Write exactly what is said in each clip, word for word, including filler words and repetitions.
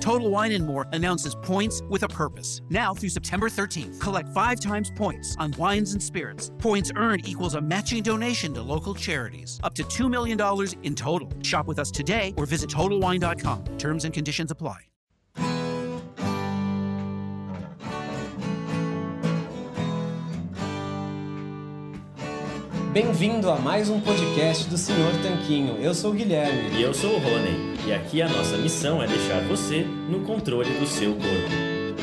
Total Wine and More announces points with a purpose. Now through September thirteenth, collect five times points on wines and spirits. Points earned equals a matching donation to local charities. Up to two million dollars in total. Shop with us today or visit total wine dot com. Terms and conditions apply. Bem-vindo a mais um podcast do senhor Tanquinho. Eu sou o Guilherme. E eu sou o Rony. E aqui a nossa missão é deixar você no controle do seu corpo.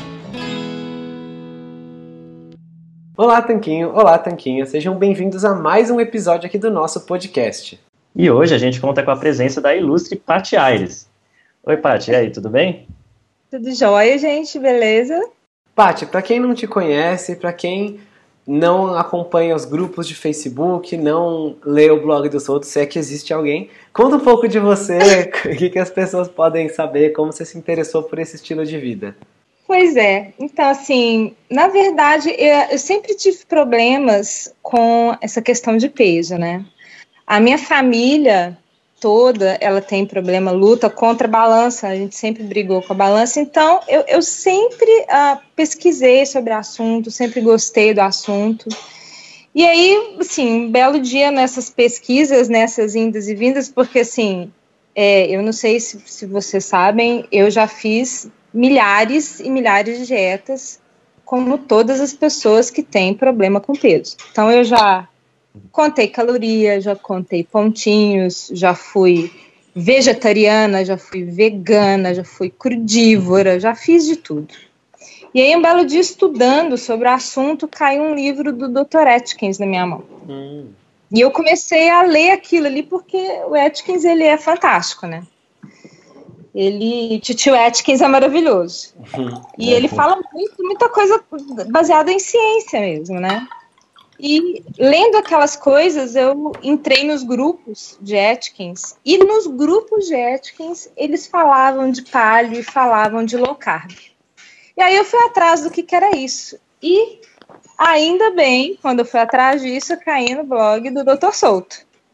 Olá, Tanquinho. Olá, Tanquinha. Sejam bem-vindos a mais um episódio aqui do nosso podcast. E hoje a gente conta com a presença da ilustre Paty Aires. Oi, Paty. E aí, tudo bem? Tudo jóia, gente. Beleza? Paty, para quem não te conhece, para quem não acompanha os grupos de Facebook, não lê o blog dos outros, se é que existe alguém, conta um pouco de você, o que, que as pessoas podem saber, como você se interessou por esse estilo de vida. Pois é, então assim, na verdade, eu, eu sempre tive problemas com essa questão de peso, né? A minha família toda, ela tem problema, luta contra a balança, a gente sempre brigou com a balança, então eu, eu sempre uh, pesquisei sobre o assunto, sempre gostei do assunto, e aí, assim, um belo dia nessas pesquisas, nessas indas e vindas, porque assim, é, eu não sei se, se vocês sabem, eu já fiz milhares e milhares de dietas, como todas as pessoas que têm problema com peso, então eu já contei calorias, já contei pontinhos, já fui vegetariana, já fui vegana, já fui crudívora, já fiz de tudo. E aí, um belo dia, estudando sobre o assunto, caiu um livro do doutor Atkins na minha mão. Hum. E eu comecei a ler aquilo ali, porque o Atkins, ele é fantástico, né? Ele, tio Atkins é maravilhoso. Uhum. E ele fala muito, muita coisa baseada em ciência mesmo, né? E lendo aquelas coisas, eu entrei nos grupos de Atkins, e nos grupos de Atkins, eles falavam de paleo e falavam de low carb. E aí eu fui atrás do que, que era isso. E ainda bem, quando eu fui atrás disso, eu caí no blog do doutor Souto.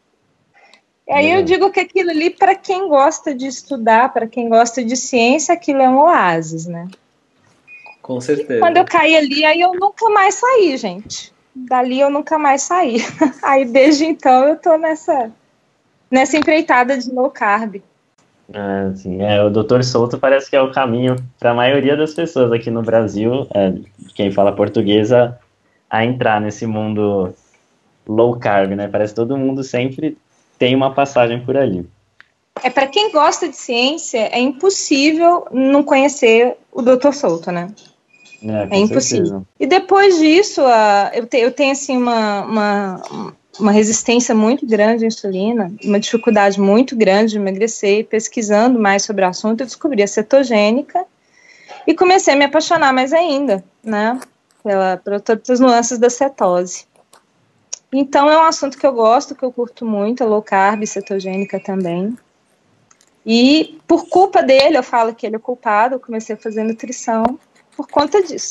E aí eu digo que aquilo ali, para quem gosta de estudar, para quem gosta de ciência, aquilo é um oásis, né? Com certeza. E quando eu caí ali, aí eu nunca mais saí, gente. Dali eu nunca mais saí. Aí desde então eu tô nessa, nessa empreitada de low carb. Ah, sim. É, o doutor Souto parece que é o caminho para a maioria das pessoas aqui no Brasil, é, quem fala português, a, a entrar nesse mundo low carb, né? Parece que todo mundo sempre tem uma passagem por ali. É, para quem gosta de ciência, é impossível não conhecer o doutor Souto, né? É, é impossível. Certeza. E depois disso, uh, eu, te, eu tenho assim, uma, uma, uma resistência muito grande à insulina, uma dificuldade muito grande de emagrecer. Pesquisando mais sobre o assunto, eu descobri a cetogênica e comecei a me apaixonar mais ainda, né, pela, por todas as nuances da cetose. Então é um assunto que eu gosto, que eu curto muito, a low carb, cetogênica também. E por culpa dele, eu falo que ele é culpado, eu comecei a fazer nutrição por conta disso.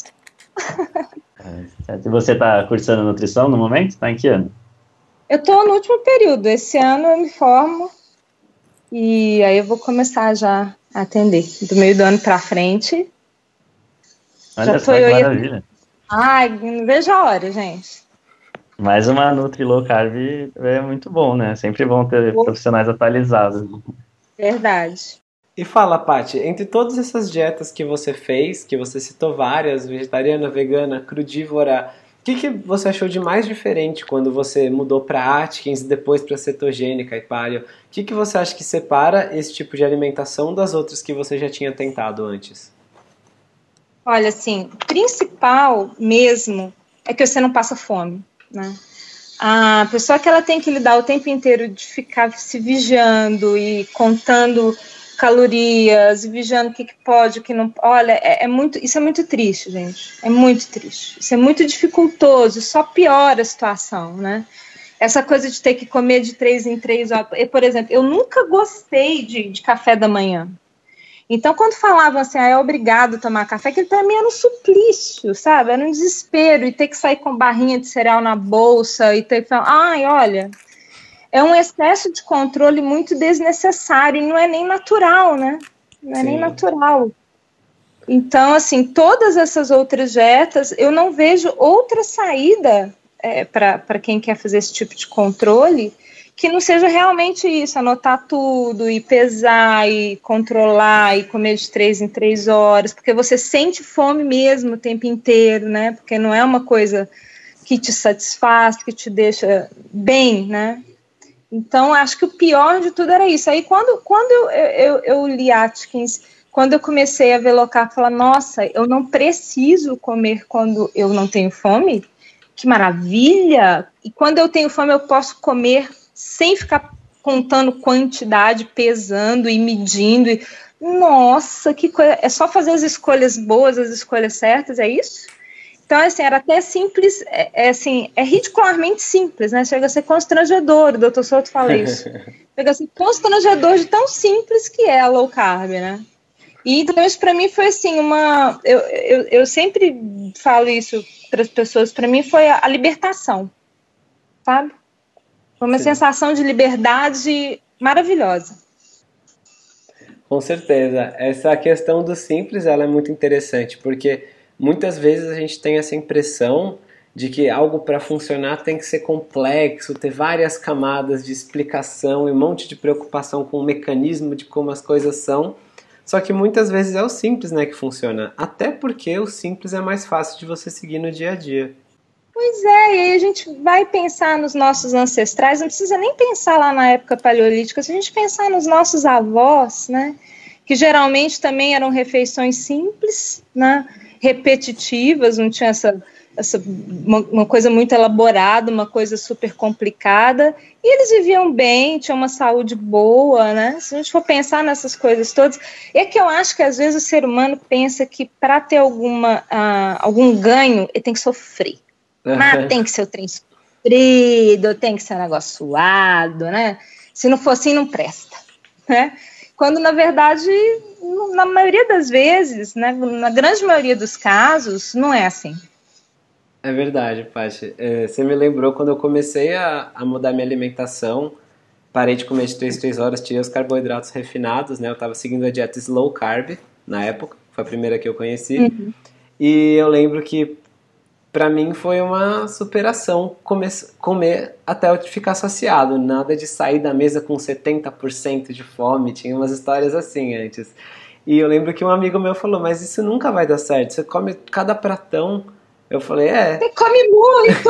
É, você está cursando nutrição no momento? Está em que ano? Eu estou no último período. Esse ano eu me formo e aí eu vou começar já a atender. Do meio do ano para frente. Olha já só que maravilha. Ai, não vejo a hora, gente. Mais uma Nutri Low Carb é muito bom, né? Sempre bom ter bom. Profissionais atualizados. Verdade. E fala, Paty, entre todas essas dietas que você fez, que você citou várias, vegetariana, vegana, crudívora, o que, que você achou de mais diferente quando você mudou para Atkins e depois para cetogênica e paleo? O que, que você acha que separa esse tipo de alimentação das outras que você já tinha tentado antes? Olha, assim, o principal mesmo é que você não passa fome, né? A pessoa que ela tem que lidar o tempo inteiro de ficar se vigiando e contando calorias, vigiando o que, que pode, o que não. Olha, é, é muito, isso é muito triste, gente. É muito triste. Isso é muito dificultoso, só piora a situação, né? Essa coisa de ter que comer de três em três horas. Por exemplo, eu nunca gostei de, de café da manhã. Então, quando falavam assim, ah, é obrigado a tomar café, aquilo para mim era um suplício, sabe? Era um desespero, e ter que sair com barrinha de cereal na bolsa, e ter que falar, ai, olha, é um excesso de controle muito desnecessário, e não é nem natural, né? Não é Sim. nem natural. Então, assim, todas essas outras dietas, eu não vejo outra saída é, para quem quer fazer esse tipo de controle que não seja realmente isso, anotar tudo, e pesar, e controlar, e comer de três em três horas, porque você sente fome mesmo o tempo inteiro, né? Porque não é uma coisa que te satisfaz, que te deixa bem, né? Então, acho que o pior de tudo era isso. Aí, quando, quando eu, eu, eu li Atkins, quando eu comecei a ver low carb, falar, nossa, eu não preciso comer quando eu não tenho fome, que maravilha! E quando eu tenho fome, eu posso comer sem ficar contando quantidade, pesando e medindo. E, nossa, que coisa! É só fazer as escolhas boas, as escolhas certas, é isso? Então, assim, era até simples, é, é, assim, é ridicularmente simples, né? Chega a ser constrangedor, o doutor Souto fala isso. Chega a ser constrangedor de tão simples que é a low carb, né? E então isso para mim foi assim, uma... Eu, eu, eu sempre falo isso para as pessoas, para mim foi a, a libertação, sabe? Foi uma Sim. sensação de liberdade maravilhosa. Com certeza. Essa questão do simples, ela é muito interessante, porque muitas vezes a gente tem essa impressão de que algo para funcionar tem que ser complexo, ter várias camadas de explicação e um monte de preocupação com o mecanismo de como as coisas são. Só que muitas vezes é o simples, né, que funciona. Até porque o simples é mais fácil de você seguir no dia a dia. Pois é, e aí a gente vai pensar nos nossos ancestrais, não precisa nem pensar lá na época paleolítica, se a gente pensar nos nossos avós, né, que geralmente também eram refeições simples, né, repetitivas, não tinha essa, essa uma, uma coisa muito elaborada, uma coisa super complicada, e eles viviam bem, tinham uma saúde boa, né? Se a gente for pensar nessas coisas todas, é que eu acho que às vezes o ser humano pensa que para ter alguma, uh, algum ganho, ele tem que sofrer. Uhum. Mas tem que ser o trem sofrido, tem que ser um negócio suado, né? Se não for assim, não presta, né? Quando, na verdade, na maioria das vezes, né, na grande maioria dos casos, não é assim. É verdade, Paty. É, você me lembrou quando eu comecei a, a mudar minha alimentação, parei de comer de três em três horas, tirei os carboidratos refinados, né? Eu estava seguindo a dieta slow carb, na época, foi a primeira que eu conheci. Uhum. E eu lembro que, para mim, foi uma superação comer, comer até eu ficar saciado. Nada de sair da mesa com setenta por cento de fome, tinha umas histórias assim antes. E eu lembro que um amigo meu falou, mas isso nunca vai dar certo, você come cada pratão. Eu falei, é... Você come muito!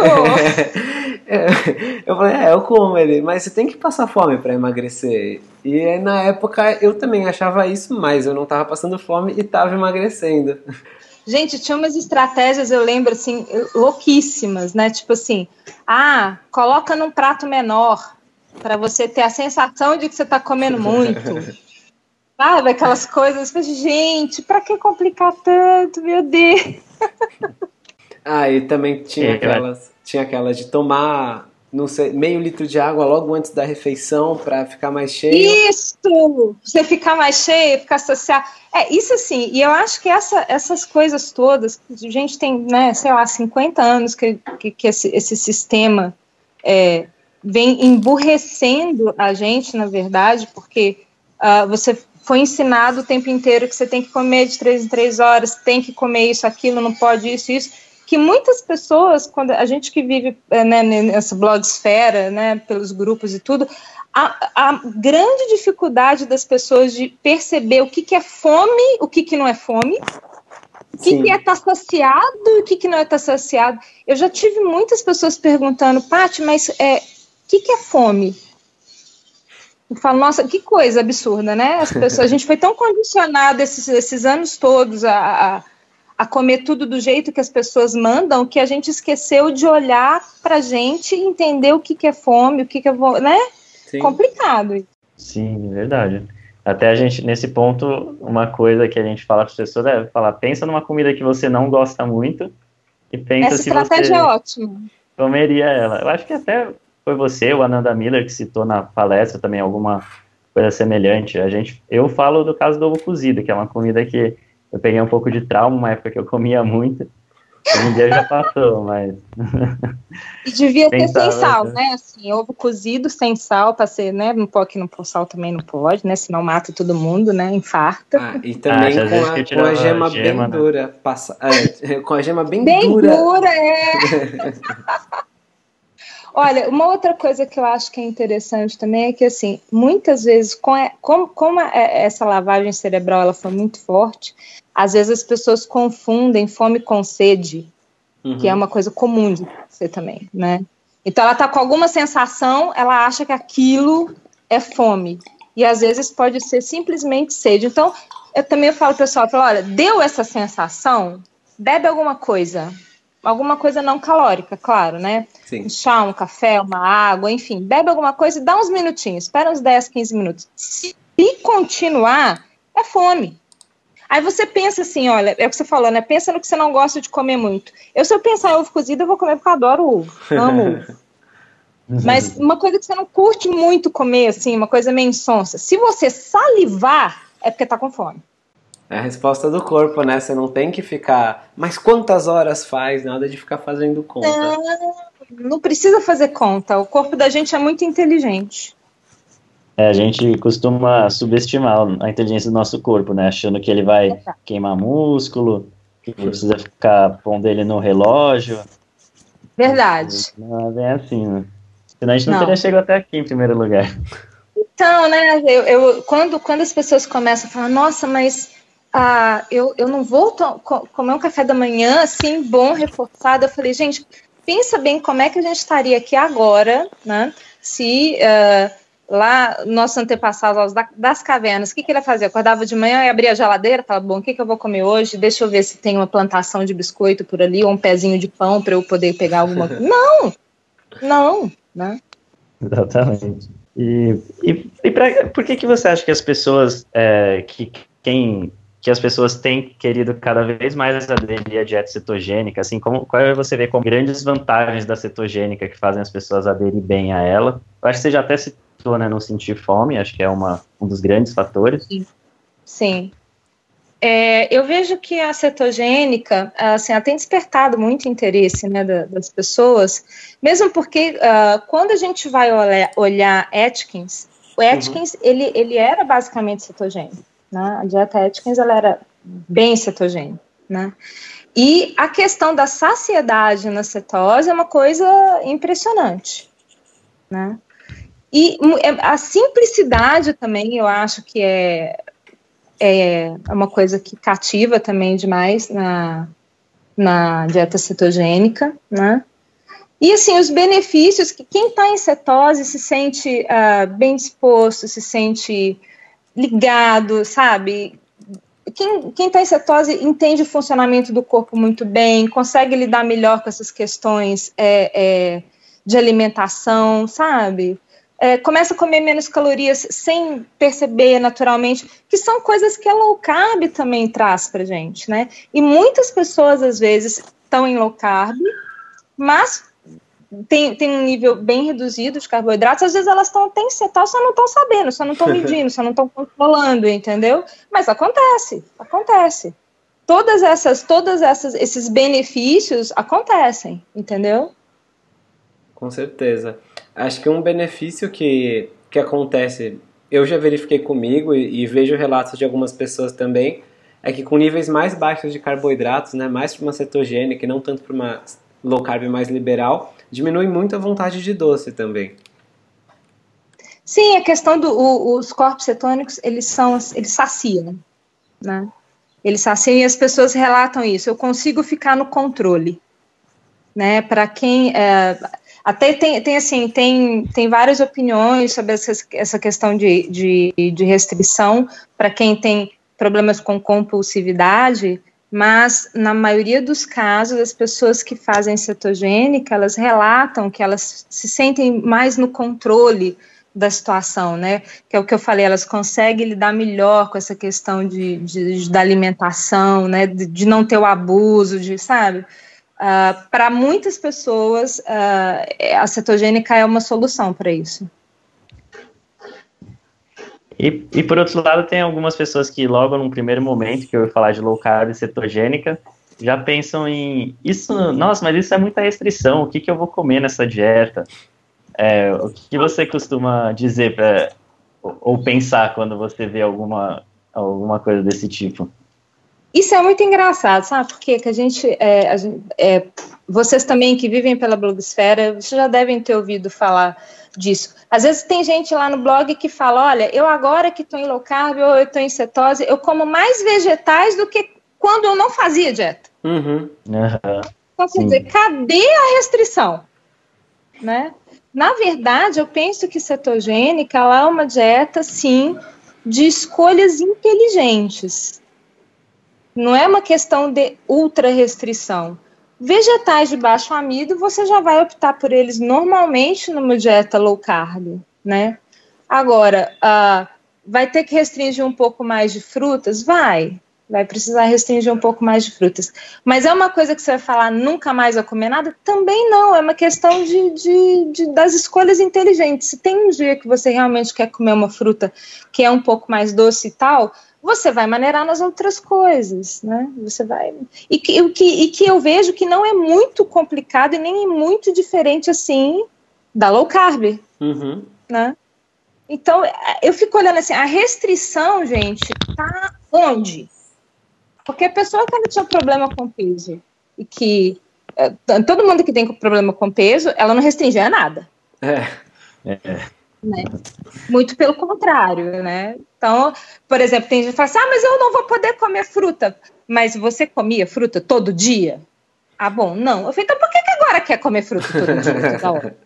Eu falei, é, eu como ele, mas você tem que passar fome para emagrecer. E aí, na época eu também achava isso, mas eu não tava passando fome e tava emagrecendo. Gente, tinha umas estratégias, eu lembro, assim, louquíssimas, né? Tipo assim, ah, coloca num prato menor para você ter a sensação de que você tá comendo muito. Sabe, aquelas coisas, gente, para que complicar tanto, meu Deus? Ah, e também tinha aquelas, tinha aquelas de tomar, não sei, meio litro de água logo antes da refeição para ficar mais cheio. Isso! Você ficar mais cheio, ficar saciado. É, isso assim, e eu acho que essa, essas coisas todas, a gente tem, né, sei lá, cinquenta anos que, que, que esse, esse sistema é, vem emburrecendo a gente, na verdade, porque uh, você foi ensinado o tempo inteiro que você tem que comer de três em três horas, tem que comer isso, aquilo, não pode isso, isso. Que muitas pessoas, quando a gente que vive, né, nessa blogosfera, né, pelos grupos e tudo, a, a grande dificuldade das pessoas de perceber o que, que é fome, o que, que não é fome, o que, que é estar saciado e o que, que não é estar saciado. Eu já tive muitas pessoas perguntando, Paty, mas é, o que, que é fome? Eu falo, nossa, que coisa absurda, né? As pessoas, a gente foi tão condicionado esses, esses anos todos a... a a comer tudo do jeito que as pessoas mandam, que a gente esqueceu de olhar pra gente e entender o que, que é fome, o que, que é... né? Sim. Complicado. Sim, verdade. Até a gente, nesse ponto, uma coisa que a gente fala para as pessoas é falar, pensa numa comida que você não gosta muito e pensa Essa se estratégia você é ótima. Comeria ela. Eu acho que até foi você, o Ananda Miller, que citou na palestra também alguma coisa semelhante. A gente, eu falo do caso do ovo cozido, que é uma comida que eu peguei um pouco de trauma, uma época que eu comia muito, Hoje em dia já passou, mas... E devia ter sem sal, né? né? Assim, ovo cozido sem sal, para ser, né? Não pode, que não pôr sal também não pode, né? Senão mata todo mundo, né? Infarta. Ah, e também Ah, com, a, com a gema, gema bem né? dura. Passa, é, com a gema bem, bem dura. dura, é. Olha, uma outra coisa que eu acho que é interessante também é que, assim, muitas vezes, com a, como, como a, essa lavagem cerebral ela foi muito forte, às vezes as pessoas confundem fome com sede, uhum. que é uma coisa comum de ser também, né? Então, ela está com alguma sensação, ela acha que aquilo é fome. E, às vezes, pode ser simplesmente sede. Então, eu também falo para o pessoal, falo, olha, deu essa sensação, bebe alguma coisa. Alguma coisa não calórica, claro, né? Sim. Um chá, um café, uma água, enfim. Bebe alguma coisa e dá uns minutinhos. Espera uns dez, quinze minutos. Se continuar, é fome. Aí você pensa assim, olha, é o que você falou, né? Pensa no que você não gosta de comer muito. Eu, se eu pensar em ovo cozido, eu vou comer porque eu adoro ovo. Amo ovo. Mas uma coisa que você não curte muito comer, assim, uma coisa meio insonsa. Se você salivar, é porque tá com fome. É a resposta do corpo, né? Você não tem que ficar... Mas quantas horas faz? Nada de ficar fazendo conta. Não, não precisa fazer conta. O corpo da gente é muito inteligente. É, a gente costuma subestimar a inteligência do nosso corpo, né? Achando que ele vai é. queimar músculo, que precisa ficar pondo ele no relógio. Verdade. Não é bem assim, né? Senão a gente não, não. teria chegado até aqui em primeiro lugar. Então, né? Eu, eu, quando, quando as pessoas começam a falar, nossa, mas... Ah, eu, eu não vou comer um café da manhã assim, bom, reforçado. Eu falei, gente, pensa bem como é que a gente estaria aqui agora, né? Se uh, lá, nossos antepassados da, das cavernas, o que, que ele fazia? Acordava de manhã e abria a geladeira, falava, bom, o que, que eu vou comer hoje? Deixa eu ver se tem uma plantação de biscoito por ali, ou um pezinho de pão para eu poder pegar alguma coisa. Não! Não, né? Exatamente. E, e, e pra, por que, que você acha que as pessoas, é, que quem... que as pessoas têm querido cada vez mais aderir à dieta cetogênica, assim, como, qual você vê como grandes vantagens da cetogênica que fazem as pessoas aderir bem a ela? Eu acho que você já até citou, né, não sentir fome, acho que é uma, um dos grandes fatores. Sim, Sim. É, eu vejo que a cetogênica, assim, ela tem despertado muito interesse, né, da, das pessoas, mesmo porque uh, quando a gente vai olhar, olhar Atkins, o Atkins, uhum. ele, ele era basicamente cetogênico. Né? A dieta Atkins ela era bem cetogênica, né? E a questão da saciedade na cetose é uma coisa impressionante, né? E a simplicidade também eu acho que é, é uma coisa que cativa também demais na, na dieta cetogênica, né? E assim, os benefícios que quem está em cetose se sente uh, bem disposto, se sente ligado, sabe? Quem, quem tá em cetose entende o funcionamento do corpo muito bem, consegue lidar melhor com essas questões é, é, de alimentação, sabe? É, começa a comer menos calorias sem perceber naturalmente, que são coisas que a low carb também traz pra gente, né? E muitas pessoas, às vezes, estão em low carb, mas... Tem, tem um nível bem reduzido de carboidratos, às vezes elas estão têm cetose, só não estão sabendo, só não estão medindo, só não estão controlando, entendeu? Mas acontece, acontece. Todas essas, todas essas, esses benefícios acontecem, entendeu? Com certeza. Acho que um benefício que, que acontece, eu já verifiquei comigo e, e vejo relatos de algumas pessoas também, é que com níveis mais baixos de carboidratos, né, mais para uma cetogênica e não tanto para uma low carb mais liberal, diminui muito a vontade de doce também. Sim, a questão dos do, corpos cetônicos, eles são, eles saciam, né? Eles saciam e as pessoas relatam isso. Eu consigo ficar no controle, né? Para quem é, até tem, tem assim, tem, tem várias opiniões sobre essa, essa questão de, de, de restrição para quem tem problemas com compulsividade. Mas, na maioria dos casos, as pessoas que fazem cetogênica, elas relatam que elas se sentem mais no controle da situação, né? Que é o que eu falei, elas conseguem lidar melhor com essa questão de, de, de da alimentação, né? De, de não ter o abuso, de, sabe? Uh, para muitas pessoas, uh, a cetogênica é uma solução para isso. E, e por outro lado, tem algumas pessoas que logo num primeiro momento que eu vou falar de low carb e cetogênica, já pensam em, isso, nossa, mas isso é muita restrição, o que, que eu vou comer nessa dieta? É, o que, que você costuma dizer para ou pensar quando você vê alguma, alguma coisa desse tipo? Isso é muito engraçado, sabe? Porque que a gente, é, a gente é, vocês também que vivem pela blogosfera, vocês já devem ter ouvido falar disso. Às vezes tem gente lá no blog que fala, olha, eu agora que estou em low carb ou eu estou em cetose, eu como mais vegetais do que quando eu não fazia dieta. Uhum. Uhum. Então, quer dizer, cadê a restrição? Né? Na verdade, eu penso que cetogênica ela é uma dieta, sim, de escolhas inteligentes. Não é uma questão de ultra restrição. Vegetais de baixo amido, você já vai optar por eles normalmente numa dieta low carb, né? Agora, uh, vai ter que restringir um pouco mais de frutas? Vai. Vai precisar restringir um pouco mais de frutas. Mas é uma coisa que você vai falar, nunca mais vai comer nada? Também não, é uma questão de, de, de, das escolhas inteligentes. Se tem um dia que você realmente quer comer uma fruta que é um pouco mais doce e tal, você vai maneirar nas outras coisas, né? Você vai... E que, e, que, e que eu vejo que não é muito complicado e nem muito diferente, assim, da low carb, Uhum. né? Então, eu fico olhando assim, a restrição, gente, tá onde? Porque a pessoa que ela tinha problema com peso e que é, todo mundo que tem problema com peso, ela não restringia nada. É. É. Né? Muito pelo contrário, né? Então, por exemplo, tem gente que fala assim, ah, mas eu não vou poder comer fruta. Mas você comia fruta todo dia? Ah, bom, não. Eu falei, então por que, que agora quer comer fruta todo dia, toda hora?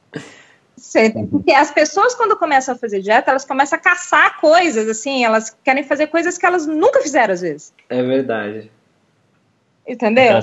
Porque as pessoas, quando começam a fazer dieta, elas começam a caçar coisas, assim, elas querem fazer coisas que elas nunca fizeram, às vezes. É verdade. Entendeu?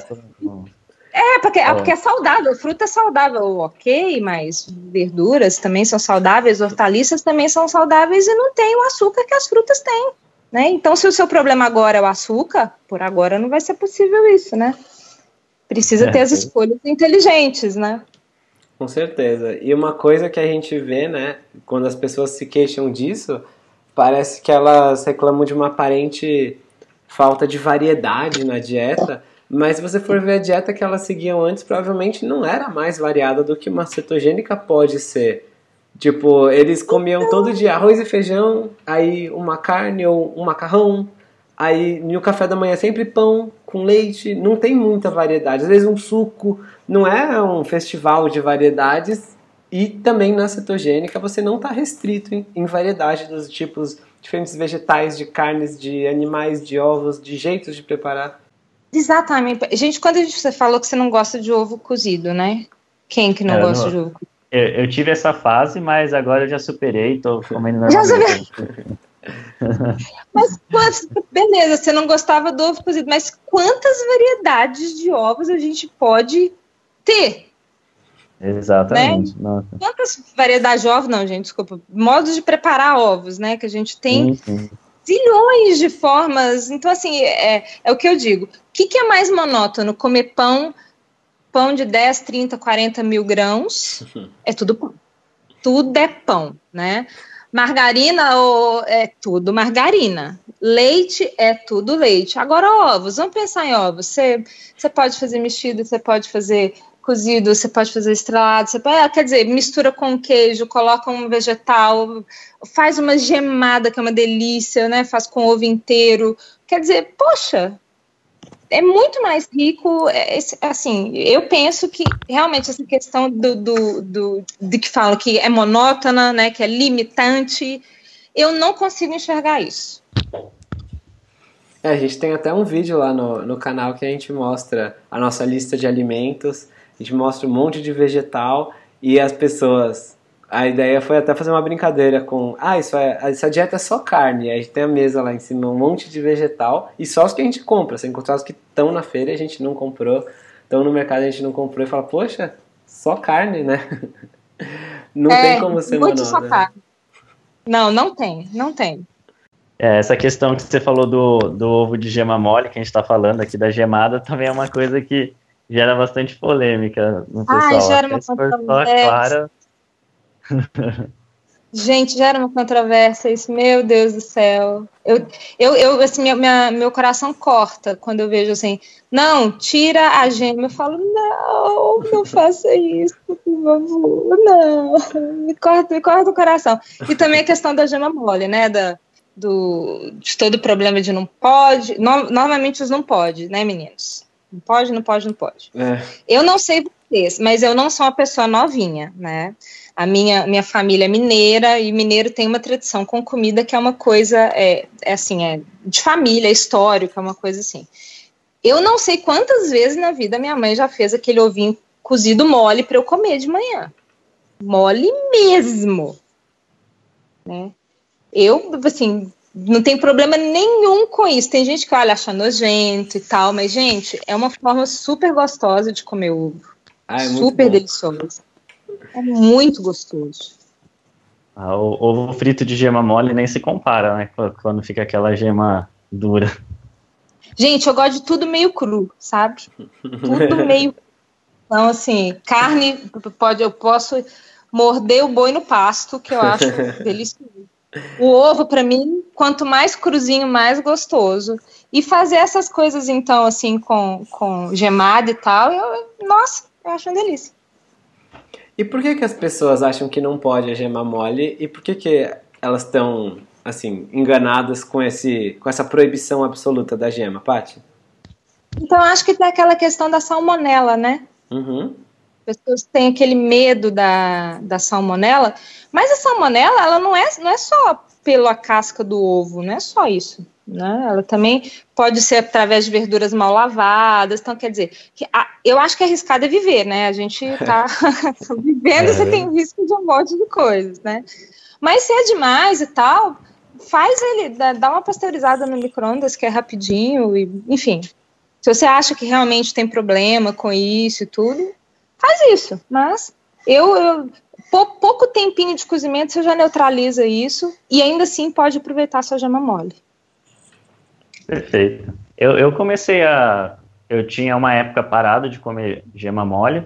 É, porque é, porque é saudável, fruta é saudável, ok, mas verduras também são saudáveis, hortaliças também são saudáveis e não tem o açúcar que as frutas têm, né? Então, se o seu problema agora é o açúcar, por agora não vai ser possível isso, né? Precisa ter as escolhas inteligentes, né? Com certeza. E uma coisa que a gente vê, né, quando as pessoas se queixam disso, parece que elas reclamam de uma aparente falta de variedade na dieta, mas se você for ver a dieta que elas seguiam antes, provavelmente não era mais variada do que uma cetogênica pode ser. Tipo, eles comiam todo dia arroz e feijão, aí uma carne ou um macarrão, aí no café da manhã sempre pão com leite, não tem muita variedade. Às vezes um suco, não é um festival de variedades. E também na cetogênica você não está restrito em, em variedade dos tipos, diferentes vegetais, de carnes, de animais, de ovos, de jeitos de preparar. Exatamente. Gente, quando a gente, você falou que você não gosta de ovo cozido, né? Quem que não é, gosta não, de ovo cozido? Eu, eu tive essa fase, mas agora eu já superei, tô comendo Já normalmente. Mas quantas, beleza, você não gostava do ovo cozido, mas quantas variedades de ovos a gente pode ter? Exatamente. Né? Nossa. Quantas variedades de ovos? Não, gente, desculpa. Modos de preparar ovos, né? Que a gente tem sim, sim. zilhões de formas. Então, assim, é, é o que eu digo. O que, que é mais monótono? Comer pão, pão de dez, trinta, quarenta mil grãos, é tudo pão. Tudo é pão, né? Margarina ou é tudo margarina. Leite é tudo leite. Agora, ovos, vamos pensar em ovos. Você, você pode fazer mexido, você pode fazer cozido, você pode fazer estrelado, você pode, quer dizer, mistura com queijo, coloca um vegetal, faz uma gemada, que é uma delícia, né? Faz com ovo inteiro. Quer dizer, poxa, é muito mais rico, é, assim, eu penso que realmente essa questão do, do, do, de que fala que é monótona, né, que é limitante, eu não consigo enxergar isso. É, a gente tem até um vídeo lá no, no canal que a gente mostra a nossa lista de alimentos, a gente mostra um monte de vegetal e as pessoas... A ideia foi até fazer uma brincadeira com... Ah, isso é, essa dieta é só carne. Aí a gente tem a mesa lá em cima, um monte de vegetal. E só os que a gente compra. Você encontrar os que estão na feira, a gente não comprou. Estão no mercado, a gente não comprou. E fala, poxa, só carne, né? Não é, tem como ser muito monótono. Só carne. Não, não tem, não tem. É, essa questão que você falou do, do ovo de gema mole, que a gente está falando aqui da gemada, também é uma coisa que gera bastante polêmica no pessoal. Ah, gera uma controvérsia. Clara... Gente, gera uma controvérsia isso, meu Deus do céu. Eu, eu, eu assim, minha, minha, meu coração corta quando eu vejo assim, não, tira a gema. Eu falo, não, não faça isso, por favor, não. Me corta, me corta o coração. E também a questão da gema mole, né, da, do, de todo o problema de não pode. No, normalmente os não pode, né, meninos? Não pode, não pode, não pode. É. Eu não sei vocês, mas eu não sou uma pessoa novinha, né? A minha, minha família é mineira, e mineiro tem uma tradição com comida que é uma coisa, é, é assim, é de família, é histórico, é uma coisa assim. Eu não sei quantas vezes na vida minha mãe já fez aquele ovinho cozido mole para eu comer de manhã. Mole mesmo. Né? Eu, assim, não tem problema nenhum com isso. Tem gente que olha, acha nojento e tal, mas, gente, é uma forma super gostosa de comer ovo. Ah, é super delicioso. É muito gostoso. Ah, o ovo frito de gema mole nem se compara, né? Quando fica aquela gema dura. Gente, eu gosto de tudo meio cru, sabe? Tudo meio... Então, assim, carne, pode, eu posso morder o boi no pasto, que eu acho delicioso. O ovo, para mim, quanto mais cruzinho, mais gostoso. E fazer essas coisas, então, assim, com, com gemada e tal, eu, nossa, eu acho uma delícia. E por que que as pessoas acham que não pode a gema mole? E por que que elas estão, assim, enganadas com, esse, com essa proibição absoluta da gema, Paty? Então, acho que tem aquela questão da salmonela, né? Uhum. As pessoas têm aquele medo da, da salmonela, mas a salmonela, ela não é, não é só pela casca do ovo, não é só isso. Né? Ela também pode ser através de verduras mal lavadas. Então, quer dizer, que a, eu acho que arriscado é viver, né? A gente tá vivendo, é. Você tem o risco de um monte de coisas, né? Mas se é demais e tal, faz ele, dá, dá uma pasteurizada no micro-ondas, que é rapidinho, e, enfim. Se você acha que realmente tem problema com isso e tudo, faz isso. Mas eu, eu pou, pouco tempinho de cozimento, você já neutraliza isso e ainda assim pode aproveitar a sua gema mole. Perfeito. Eu, eu comecei a... Eu tinha uma época parado de comer gema mole.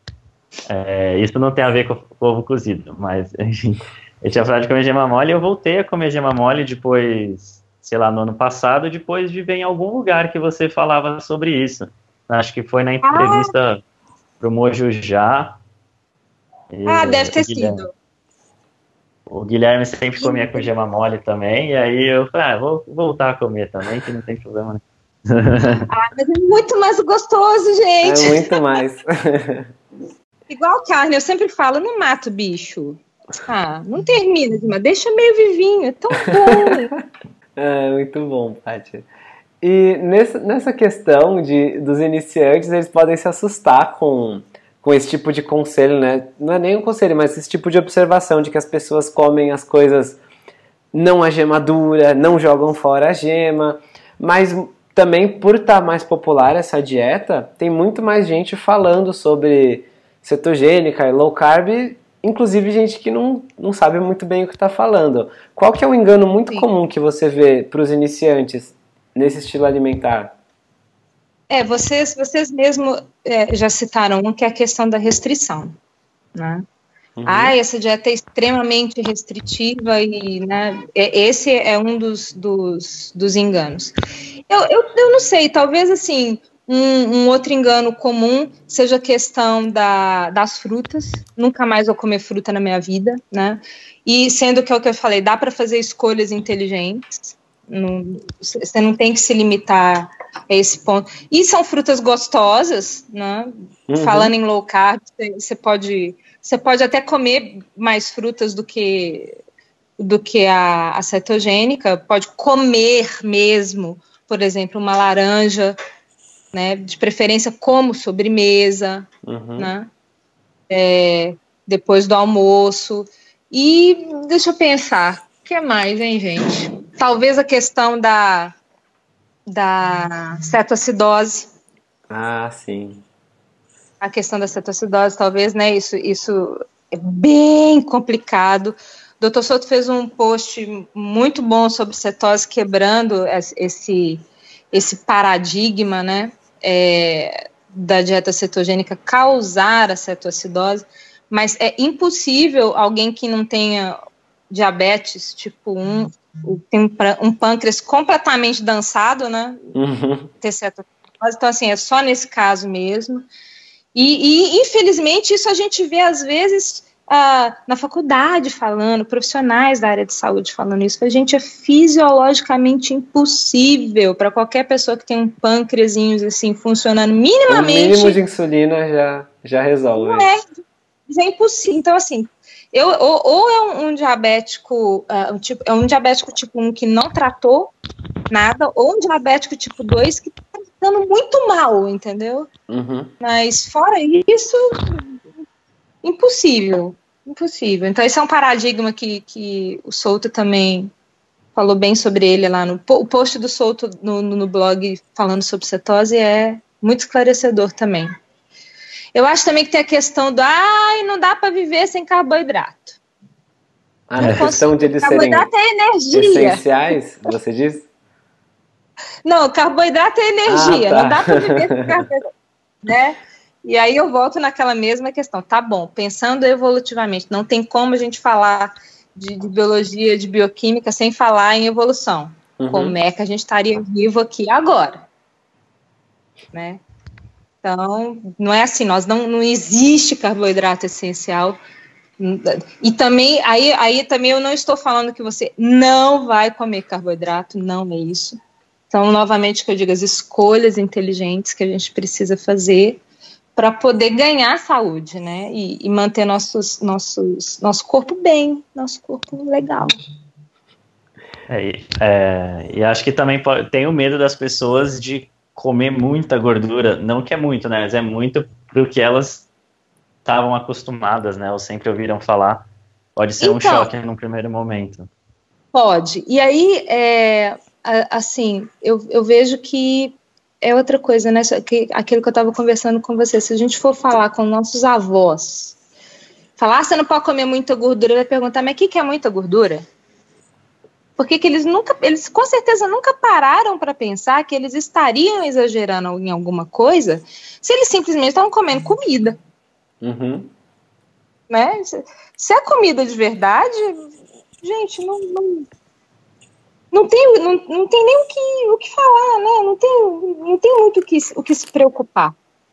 É, isso não tem a ver com ovo cozido, mas, enfim, eu tinha parado de comer gema mole e eu voltei a comer gema mole depois, sei lá, no ano passado, depois de ver em algum lugar que você falava sobre isso. Acho que foi na entrevista ah. pro Mojo Já. Ah, e, deve ter sido. O Guilherme sempre comia com gema mole também, e aí eu falei, ah, vou voltar a comer também, que não tem problema, né? Ah, mas é muito mais gostoso, gente. É muito mais. Igual carne, eu sempre falo, não mata o bicho. Ah, não termina, mas deixa meio vivinho, é tão bom. É, muito bom, Paty. E nessa, nessa questão de, dos iniciantes, eles podem se assustar com... com esse tipo de conselho, né? Não é nem um conselho, mas esse tipo de observação de que as pessoas comem as coisas não a gema dura, não jogam fora a gema, mas também por estar mais popular essa dieta, tem muito mais gente falando sobre cetogênica e low carb, inclusive gente que não, não sabe muito bem o que está falando. Qual que é o engano muito Sim. comum que você vê para os iniciantes nesse estilo alimentar? É, vocês, vocês mesmos é, já citaram um, que é a questão da restrição, né? Uhum. Ah, essa dieta é extremamente restritiva e, né, esse é um dos, dos, dos enganos. Eu, eu, eu não sei, talvez, assim, um, um outro engano comum seja a questão da, das frutas. Nunca mais vou comer fruta na minha vida, né? E sendo que é o que eu falei, dá para fazer escolhas inteligentes. Não, você não tem que se limitar a esse ponto. E são frutas gostosas, né? Uhum. Falando em low carb, você pode, você pode até comer mais frutas do que, do que a, a cetogênica. Pode comer mesmo, por exemplo, uma laranja, né? De preferência como sobremesa, uhum. né? É, depois do almoço. E deixa eu pensar, o que mais, hein, gente? Talvez a questão da, da cetoacidose. Ah, sim. A questão da cetoacidose, talvez, né? Isso, isso é bem complicado. O doutor Souto fez um post muito bom sobre cetose, quebrando esse, esse paradigma, né? É, da dieta cetogênica causar a cetoacidose, mas é impossível alguém que não tenha diabetes tipo um, tem um, um pâncreas completamente dançado, né? Uhum. Então, assim, é só nesse caso mesmo. E, e infelizmente, isso a gente vê, às vezes, ah, na faculdade falando, profissionais da área de saúde falando isso. A gente é fisiologicamente impossível para qualquer pessoa que tem um pâncreasinho, assim, funcionando minimamente. O mínimo de insulina já, já resolve. Não é, é impossível. Então, assim, eu, ou, ou é um, um diabético, uh, um tipo, é um diabético tipo um que não tratou nada, ou um diabético tipo dois que está ficando muito mal, entendeu? Uhum. Mas fora isso, impossível, impossível. Então esse é um paradigma que, que o Souto também falou bem sobre ele lá no o post do Souto no, no, no blog falando sobre cetose é muito esclarecedor também. Eu acho também que tem a questão do ai, não dá para viver sem carboidrato. Ah, na questão de eles serem é energia. essenciais, você diz? Não, carboidrato é energia, ah, tá. não dá para viver sem carboidrato, né? E aí eu volto naquela mesma questão, tá bom, pensando evolutivamente, não tem como a gente falar de, de biologia, de bioquímica, sem falar em evolução. Uhum. Como é que a gente estaria vivo aqui agora? Né? Então, não é assim, nós não, não existe carboidrato essencial. E também, aí, aí também eu não estou falando que você não vai comer carboidrato, não é isso. Então, novamente, que eu digo, as escolhas inteligentes que a gente precisa fazer para poder ganhar saúde, né? E, e manter nossos, nossos, nosso corpo bem, nosso corpo legal. É, é, e acho que também pode, tem o medo das pessoas de comer muita gordura, não que é muito, né? Mas é muito pro que elas estavam acostumadas, né? Ou sempre ouviram falar. Pode ser então, um choque num primeiro momento. Pode. E aí, é, assim, eu, eu vejo que é outra coisa, né? Que, aquilo que eu estava conversando com você. Se a gente for falar com nossos avós, falar, ah, você não pode comer muita gordura, ele vai perguntar, mas o que, que é muita gordura? Porque que eles nunca, eles com certeza nunca pararam para pensar que eles estariam exagerando em alguma coisa se eles simplesmente estavam comendo comida. Uhum. Né? Se, se é comida de verdade, gente, não, não, não, tem, não, não tem nem o que, o que falar, né? Não tem, não tem muito o que, o que se preocupar.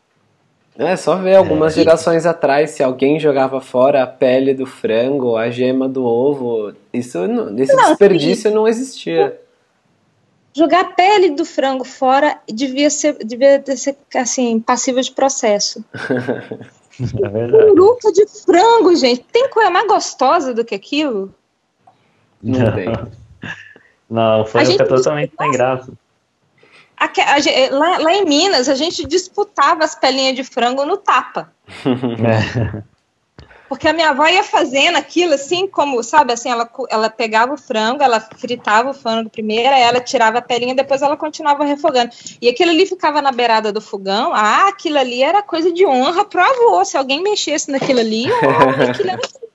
É só ver algumas é. gerações atrás, se alguém jogava fora a pele do frango, a gema do ovo, isso, esse não, desperdício sim. não existia. Jogar a pele do frango fora devia ser, devia ser assim, passível de processo. É verdade. Puruca de frango, gente. Tem coisa mais gostosa do que aquilo? Não tem. Não, foi totalmente sem graça. A, a, lá, lá em Minas, a gente disputava as pelinhas de frango no tapa. É. Porque a minha avó ia fazendo aquilo assim, como, sabe, assim, ela, ela pegava o frango, ela fritava o frango primeiro, aí ela tirava a pelinha, depois ela continuava refogando. E aquilo ali ficava na beirada do fogão, ah, aquilo ali era coisa de honra pro avô, se alguém mexesse naquilo ali, oh, aquilo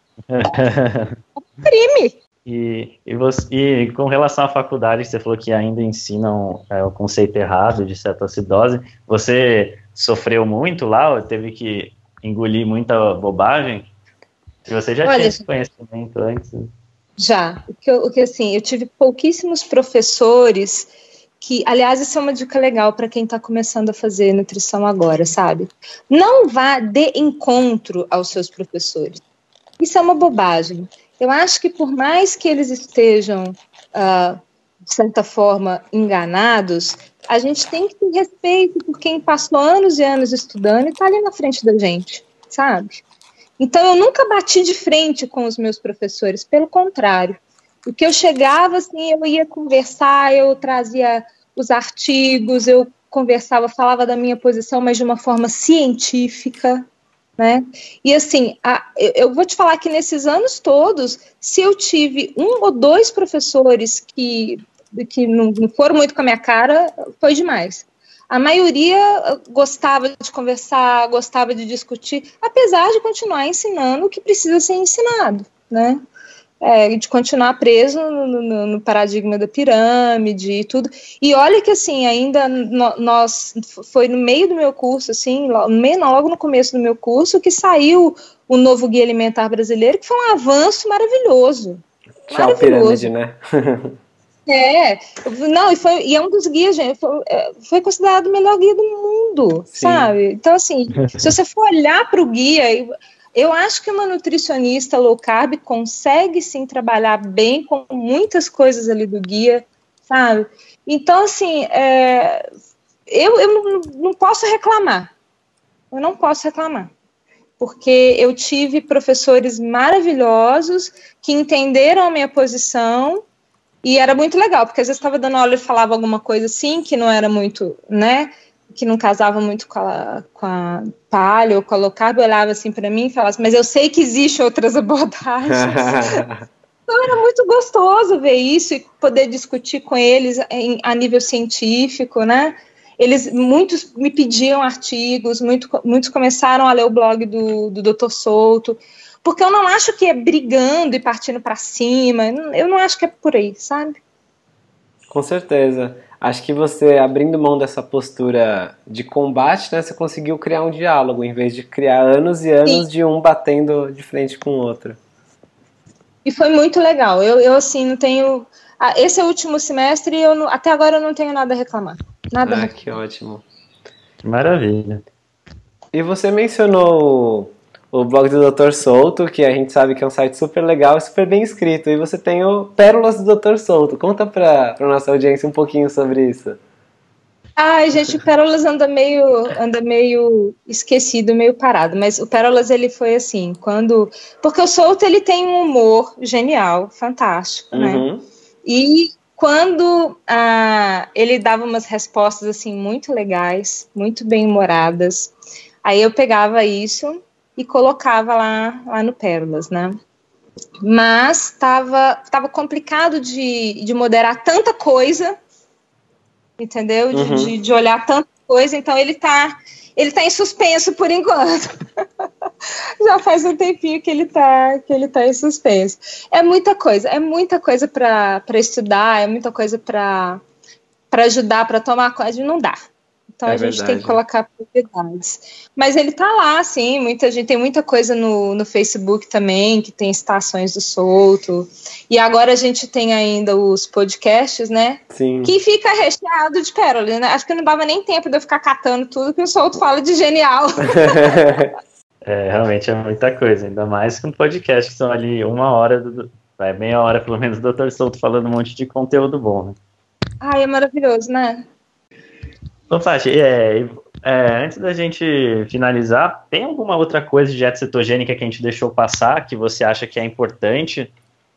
era um crime. E, e, você, e com relação à faculdade, você falou que ainda ensinam é, o conceito errado de cetoacidose, você sofreu muito lá, ou teve que engolir muita bobagem? Se você já Olha, tinha esse conhecimento antes? Já, o que, o que assim, eu tive pouquíssimos professores que, aliás, isso é uma dica legal para quem está começando a fazer nutrição agora, sabe? Não vá de encontro aos seus professores. Isso é uma bobagem. Eu acho que por mais que eles estejam, uh, de certa forma, enganados, a gente tem que ter respeito por quem passou anos e anos estudando e está ali na frente da gente, sabe? Então, eu nunca bati de frente com os meus professores, pelo contrário. O que eu chegava, assim, eu ia conversar, eu trazia os artigos, eu conversava, falava da minha posição, mas de uma forma científica, né? E assim, a, eu, eu vou te falar que nesses anos todos, se eu tive um ou dois professores que, que não, não foram muito com a minha cara, foi demais. A maioria gostava de conversar, gostava de discutir, apesar de continuar ensinando o que precisa ser ensinado, né? É, de continuar preso no, no, no paradigma da pirâmide e tudo. E olha que, assim, ainda no, nós, foi no meio do meu curso, assim, no meio, não, logo no começo do meu curso, que saiu o novo Guia Alimentar Brasileiro, que foi um avanço maravilhoso. Tchau, pirâmide, né? É, não, e, foi, e é um dos guias, gente, foi, foi considerado o melhor guia do mundo, Sim. sabe? Então, assim, se você for olhar para o guia, eu acho que uma nutricionista low carb consegue, sim, trabalhar bem com muitas coisas ali do guia, sabe? Então, assim, é, eu, eu não, não posso reclamar, eu não posso reclamar. Porque eu tive professores maravilhosos que entenderam a minha posição e era muito legal, porque às vezes estava dando aula e falava alguma coisa assim, que não era muito, né, que não casava muito com a, com a palha ou com a low carb, eu olhava assim para mim e falava assim, mas eu sei que existem outras abordagens. Então era muito gostoso ver isso e poder discutir com eles em, a nível científico, né? Eles, muitos me pediam artigos, muito, muitos começaram a ler o blog do, do doutor Souto, porque eu não acho que é brigando e partindo para cima, eu não acho que é por aí, sabe? Com certeza. Acho que você, abrindo mão dessa postura de combate, né, você conseguiu criar um diálogo, em vez de criar anos e anos Sim. de um batendo de frente com o outro. E foi muito legal. Eu, eu assim, não tenho... Esse é o último semestre e eu não, até agora eu não tenho nada a reclamar. Nada ah, a que ótimo. Maravilha. E você mencionou o, o blog do doutor Souto, que a gente sabe que é um site super legal e super bem escrito. E você tem o Pérolas do doutor Souto. Conta pra, pra nossa audiência um pouquinho sobre isso. Ai, gente, o Pérolas anda meio, anda meio esquecido, meio parado. Mas o Pérolas, ele foi assim, quando... Porque o Souto, ele tem um humor genial, fantástico, uhum. né? E quando ah, ele dava umas respostas assim muito legais, muito bem-humoradas, aí eu pegava isso e colocava lá, lá no Pérolas, né? Mas estava tava complicado de, de moderar tanta coisa, entendeu? De, uhum. de, de olhar tanta coisa, então ele está ele tá em suspenso por enquanto. Já faz um tempinho que ele tá, que ele tá em suspenso. É muita coisa, é muita coisa para estudar, é muita coisa para ajudar, para tomar coisa, não dá. Então é a gente verdade. Tem que colocar prioridades. Mas ele tá lá, sim, muita gente, tem muita coisa no, no Facebook também, que tem estações do Souto. E agora a gente tem ainda os podcasts, né? Sim. Que fica recheado de pérolas, né? Acho que não dava nem tempo de eu ficar catando tudo que o Souto fala de genial. É, realmente é muita coisa, ainda mais que um podcast que são ali uma hora, do, vai, meia hora pelo menos do doutor Souto falando um monte de conteúdo bom, né? Ai, é maravilhoso, né? Então, Fati, é, é, antes da gente finalizar, tem alguma outra coisa de dieta cetogênica que a gente deixou passar, que você acha que é importante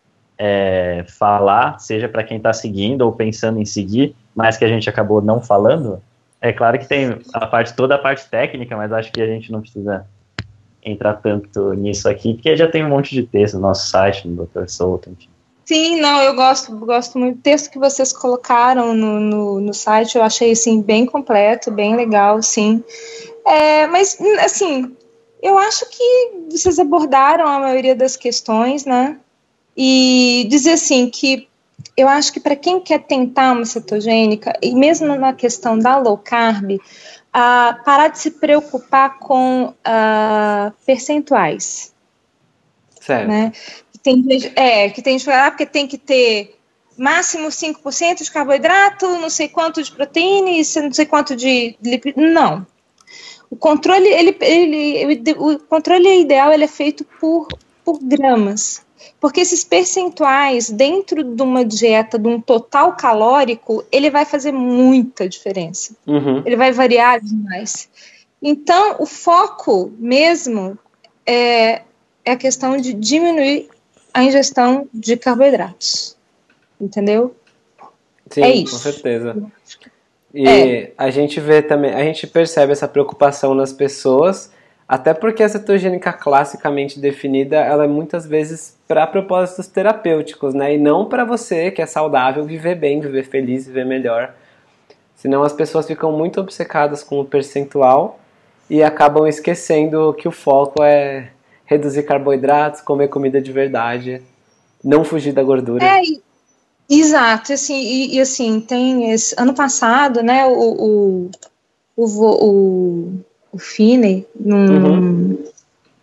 é, falar, seja para quem está seguindo ou pensando em seguir, mas que a gente acabou não falando? É claro que tem a parte, toda a parte técnica, mas acho que a gente não precisa entrar tanto nisso aqui, porque já tem um monte de texto no nosso site, no doutor Souto, enfim. Sim, não, eu gosto, gosto muito do texto que vocês colocaram no, no, no site, eu achei, assim, bem completo, bem legal, sim. É, mas, assim, eu acho que vocês abordaram a maioria das questões, né, e dizer, assim, que eu acho que para quem quer tentar uma cetogênica, e mesmo na questão da low carb, Uh, parar de se preocupar com uh, percentuais. Certo. Né? Tem, é, que tem gente que fala, ah, porque tem que ter máximo cinco por cento de carboidrato, não sei quanto de proteína e não sei quanto de lipídio. Não. O controle, ele, ele, o controle ideal ele é feito por, por gramas. Porque esses percentuais dentro de uma dieta, de um total calórico, ele vai fazer muita diferença. Uhum. Ele vai variar demais. Então, o foco mesmo é, é a questão de diminuir a ingestão de carboidratos. Entendeu? Sim, é isso. Com certeza. E é. a gente vê também, a gente percebe essa preocupação nas pessoas, até porque a cetogênica classicamente definida, ela é muitas vezes para propósitos terapêuticos, né? E não para você que é saudável viver bem, viver feliz, viver melhor. Senão as pessoas ficam muito obcecadas com o percentual e acabam esquecendo que o foco é reduzir carboidratos, comer comida de verdade, não fugir da gordura. É, exato. Assim, e, e assim, tem esse, ano passado, né, o, o, o, o, o Finney, num, uhum.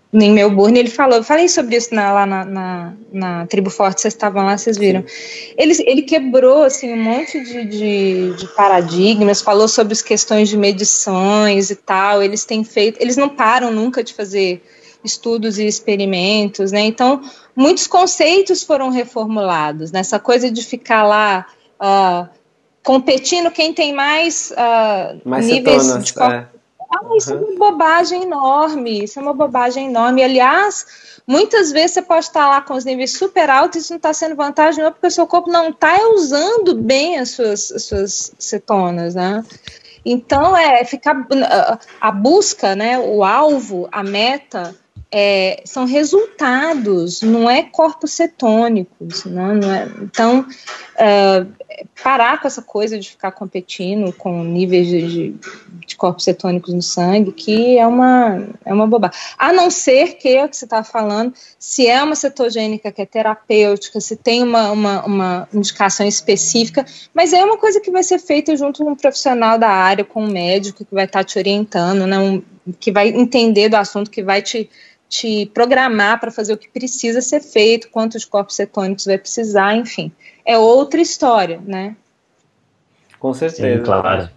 em Melbourne, ele falou, eu falei sobre isso na, lá na, na, na Tribo Forte, vocês estavam lá, vocês viram. Ele, ele quebrou, assim, um monte de, de, de paradigmas, falou sobre as questões de medições e tal, eles têm feito, eles não param nunca de fazer estudos e experimentos, né, então, muitos conceitos foram reformulados, nessa coisa de ficar lá, uh, competindo quem tem mais, uh, mais níveis cetonas, de corpo. é. Ah, isso uhum. é uma bobagem enorme, isso é uma bobagem enorme. Aliás, muitas vezes você pode estar lá com os níveis super altos e isso não está sendo vantagem não, porque o seu corpo não está usando bem as suas, as suas cetonas, né? Então, é ficar a busca, né, o alvo, a meta, é, são resultados, não é corpos cetônicos, né? Não é, então, é, parar com essa coisa de ficar competindo com níveis de, de, de corpos cetônicos no sangue, que é uma, é uma bobagem. A não ser que, é o que você está falando, se é uma cetogênica que é terapêutica, se tem uma, uma, uma indicação específica, mas é uma coisa que vai ser feita junto com um profissional da área, com um médico que vai estar te orientando, né, um, que vai entender do assunto, que vai te te programar para fazer o que precisa ser feito, quantos corpos cetônicos vai precisar, enfim. É outra história, né? Com certeza. Sim, claro.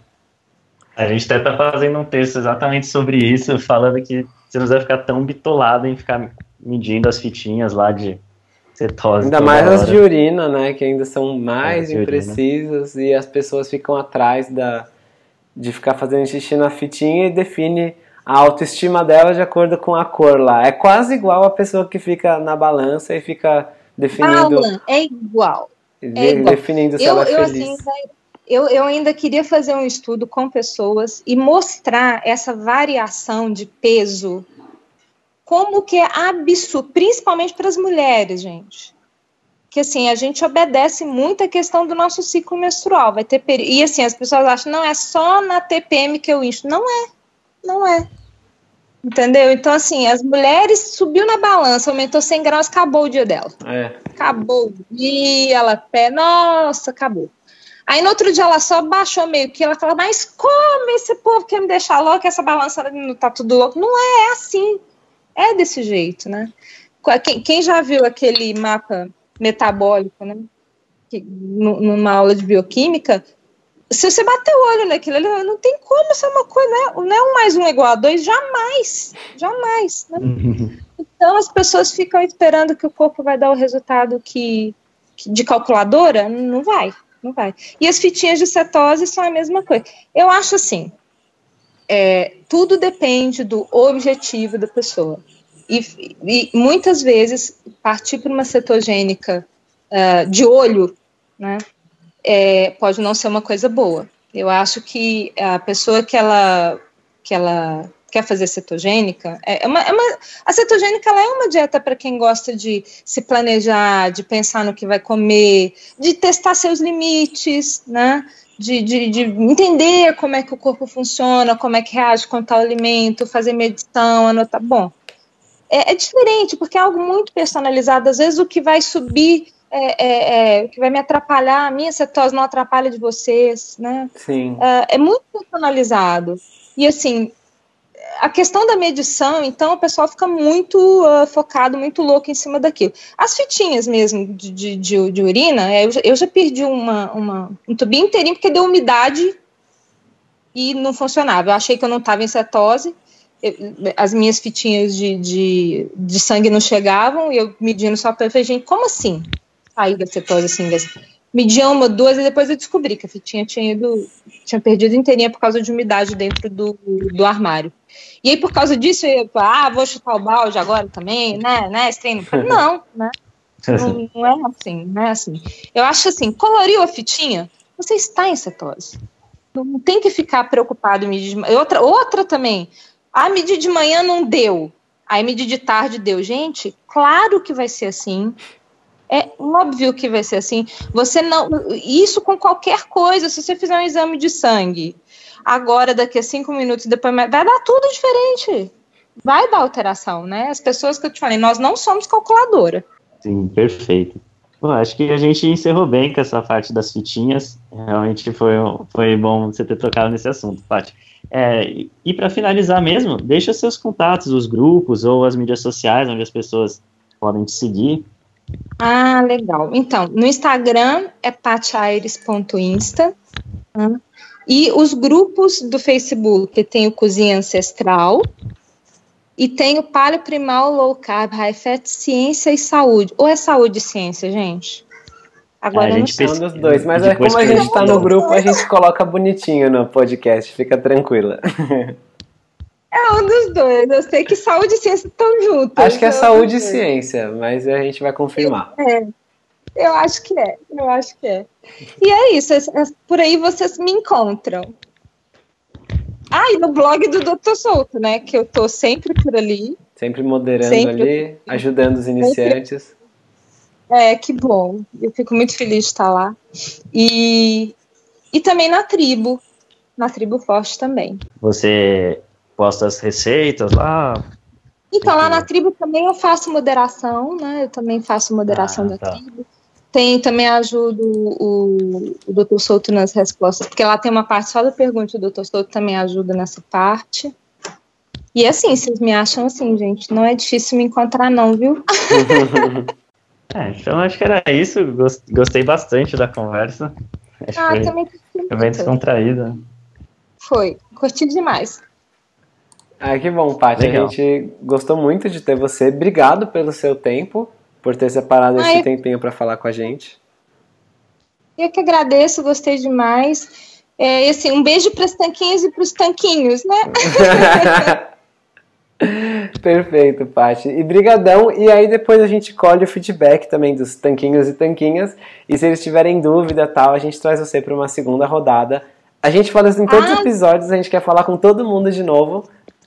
A gente até está fazendo um texto exatamente sobre isso, falando que você não vai ficar tão bitolado em ficar medindo as fitinhas lá de cetose. Ainda mais as de urina, né? Que ainda são mais é, imprecisas e as pessoas ficam atrás da, de ficar fazendo xixi na fitinha e define a autoestima dela de acordo com a cor lá. É quase igual a pessoa que fica na balança e fica definindo... Alan, é igual. De, é igual. Definindo se eu, ela é eu, feliz. Assim, eu, eu ainda queria fazer um estudo com pessoas e mostrar essa variação de peso, como que é absurdo, principalmente para as mulheres, gente. Que assim, a gente obedece muito a questão do nosso ciclo menstrual. Vai ter peri... E assim, as pessoas acham, não, é só na T P M que eu incho. Não é. Não é. Entendeu? Então, assim, as mulheres subiu na balança, aumentou cem graus, acabou o dia dela. É. Acabou o dia, ela pé, nossa, acabou. Aí no outro dia ela só baixou meio que, ela fala, mas como esse povo quer me deixar louca, essa balança não tá tudo louco? Não é, é assim. É desse jeito, né? Quem, quem já viu aquele mapa metabólico, né? Que, numa aula de bioquímica, se você bater o olho naquilo, não tem como ser uma coisa, né? Não é um mais um igual a dois, jamais, jamais, né? Então as pessoas ficam esperando que o corpo vai dar o resultado que, que de calculadora, não vai, não vai. E as fitinhas de cetose são a mesma coisa. Eu acho assim, é, tudo depende do objetivo da pessoa. E, e muitas vezes partir para uma cetogênica uh, de olho, né? É, pode não ser uma coisa boa. Eu acho que a pessoa que ela, que ela quer fazer cetogênica, é uma, é uma, a cetogênica ela é uma dieta para quem gosta de se planejar, de pensar no que vai comer, de testar seus limites, né? De, de, de entender como é que o corpo funciona, como é que reage com tal alimento, fazer medição, anotar. Bom, é, é diferente, porque é algo muito personalizado. Às vezes o que vai subir É, é, é, que vai me atrapalhar, a minha cetose não atrapalha de vocês, né? Sim. É, é muito personalizado. E assim, a questão da medição, então, o pessoal fica muito uh, focado, muito louco em cima daquilo. As fitinhas mesmo de, de, de, de urina, eu já, eu já perdi uma, uma, um tubinho inteirinho porque deu umidade e não funcionava. Eu achei que eu não estava em cetose, eu, as minhas fitinhas de, de, de sangue não chegavam, e eu medindo só para ver, gente, como assim? Sair da cetose assim, media uma, duas, e depois eu descobri que a fitinha tinha ido, tinha perdido inteirinha por causa de umidade dentro do, do armário. E aí, por causa disso, eu ia, ah, vou chutar o balde agora também, né, né, esse treino. Não, né, não, não é assim, não é assim. Eu acho assim, coloriu a fitinha, você está em cetose. Não tem que ficar preocupado em medir de manhã. Outra, outra também, ah, medir de manhã não deu, aí medir de tarde deu. Gente, claro que vai ser assim. É óbvio que vai ser assim. Você não, isso com qualquer coisa. Se você fizer um exame de sangue, agora daqui a cinco minutos depois vai dar tudo diferente. Vai dar alteração, né? As pessoas que eu te falei, nós não somos calculadora. Sim, perfeito. Bom, acho que a gente encerrou bem com essa parte das fitinhas. Realmente foi, foi bom você ter tocado nesse assunto, Paty. É, e para finalizar mesmo, deixa seus contatos, os grupos ou as mídias sociais onde as pessoas podem te seguir. Ah, legal. Então, no Instagram é patyaires ponto insta. Né? E os grupos do Facebook tem o Cozinha Ancestral e tem o Paleo Primal Low Carb High Fat Ciência e Saúde. Ou é Saúde e Ciência, gente? Agora a eu não gente sei. É um dos dois, mas é como a gente está no grupo, a gente coloca bonitinho no podcast, fica tranquila. É um dos dois. Eu sei que saúde e ciência estão juntos. Acho que é saúde e ciência, mas a gente vai confirmar. É, eu acho que é, eu acho que é. E é isso, por aí vocês me encontram. Ah, e no blog do doutor Souto, né, que eu tô sempre por ali. Sempre moderando sempre. ali, ajudando os iniciantes. É, que bom. Eu fico muito feliz de estar lá. E, e também na tribo, na tribo forte também. Você posta as receitas lá? Então, lá na tribo também eu faço moderação, né? Eu também faço moderação ah, da tá. tribo. Tem, também ajudo o, o doutor Souto nas respostas, porque lá tem uma parte só da pergunta, o doutor Souto também ajuda nessa parte. E assim, vocês me acham assim, gente, não é difícil me encontrar não, viu? É, então acho que era isso, gostei bastante da conversa. Acho ah, foi, também foi bem descontraída. Foi, curti demais. Ah, que bom, Paty. A gente gostou muito de ter você. Obrigado pelo seu tempo, por ter separado Ai, esse tempinho para falar com a gente. Eu que agradeço, gostei demais. É, e assim, um beijo para as tanquinhas e para os tanquinhos, né? Perfeito, Paty. E brigadão. E aí depois a gente colhe o feedback também dos tanquinhos e tanquinhas. E se eles tiverem dúvida tal, a gente traz você para uma segunda rodada. A gente fala isso em todos ah, os episódios, a gente quer falar com todo mundo de novo.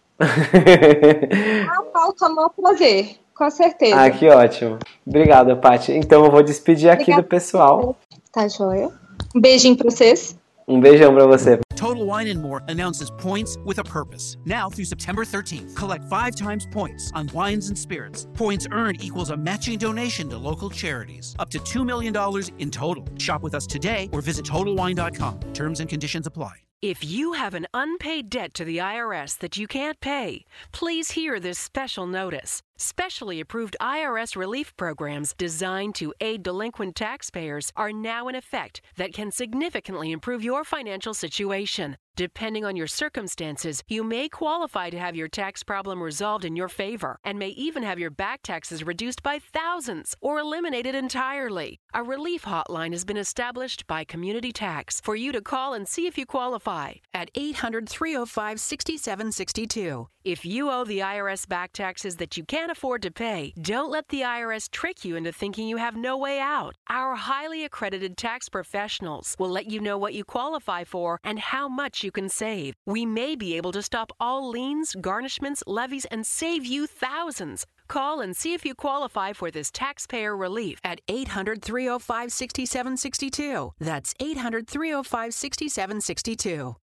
Ah, Paulo, com o maior prazer, com certeza. Ah, que ótimo. Obrigado, Paty. Então eu vou despedir aqui Obrigada. do pessoal. Tá joia. Um beijinho pra vocês. Um beijão pra você. Total Wine and More announces points with a purpose. Now through September thirteenth, collect five times points on wines and spirits. Points earned equals a matching donation to local charities. Up to two million dollars in total. Shop with us today or visit total wine dot com. Terms and conditions apply. If you have an unpaid debt to the I R S that you can't pay, please hear this special notice. Specially approved I R S relief programs designed to aid delinquent taxpayers are now in effect that can significantly improve your financial situation. Depending on your circumstances, you may qualify to have your tax problem resolved in your favor and may even have your back taxes reduced by thousands or eliminated entirely. A relief hotline has been established by Community Tax for you to call and see if you qualify at eight hundred, three oh five, six seven six two. If you owe the I R S back taxes that you can't afford to pay, don't let the I R S trick you into thinking you have no way out. Our highly accredited tax professionals will let you know what you qualify for and how much you can save. We may be able to stop all liens, garnishments, levies, and save you thousands. Call and see if you qualify for this taxpayer relief at eight hundred, three oh five, six seven six two. That's eight hundred, three oh five, six seven six two.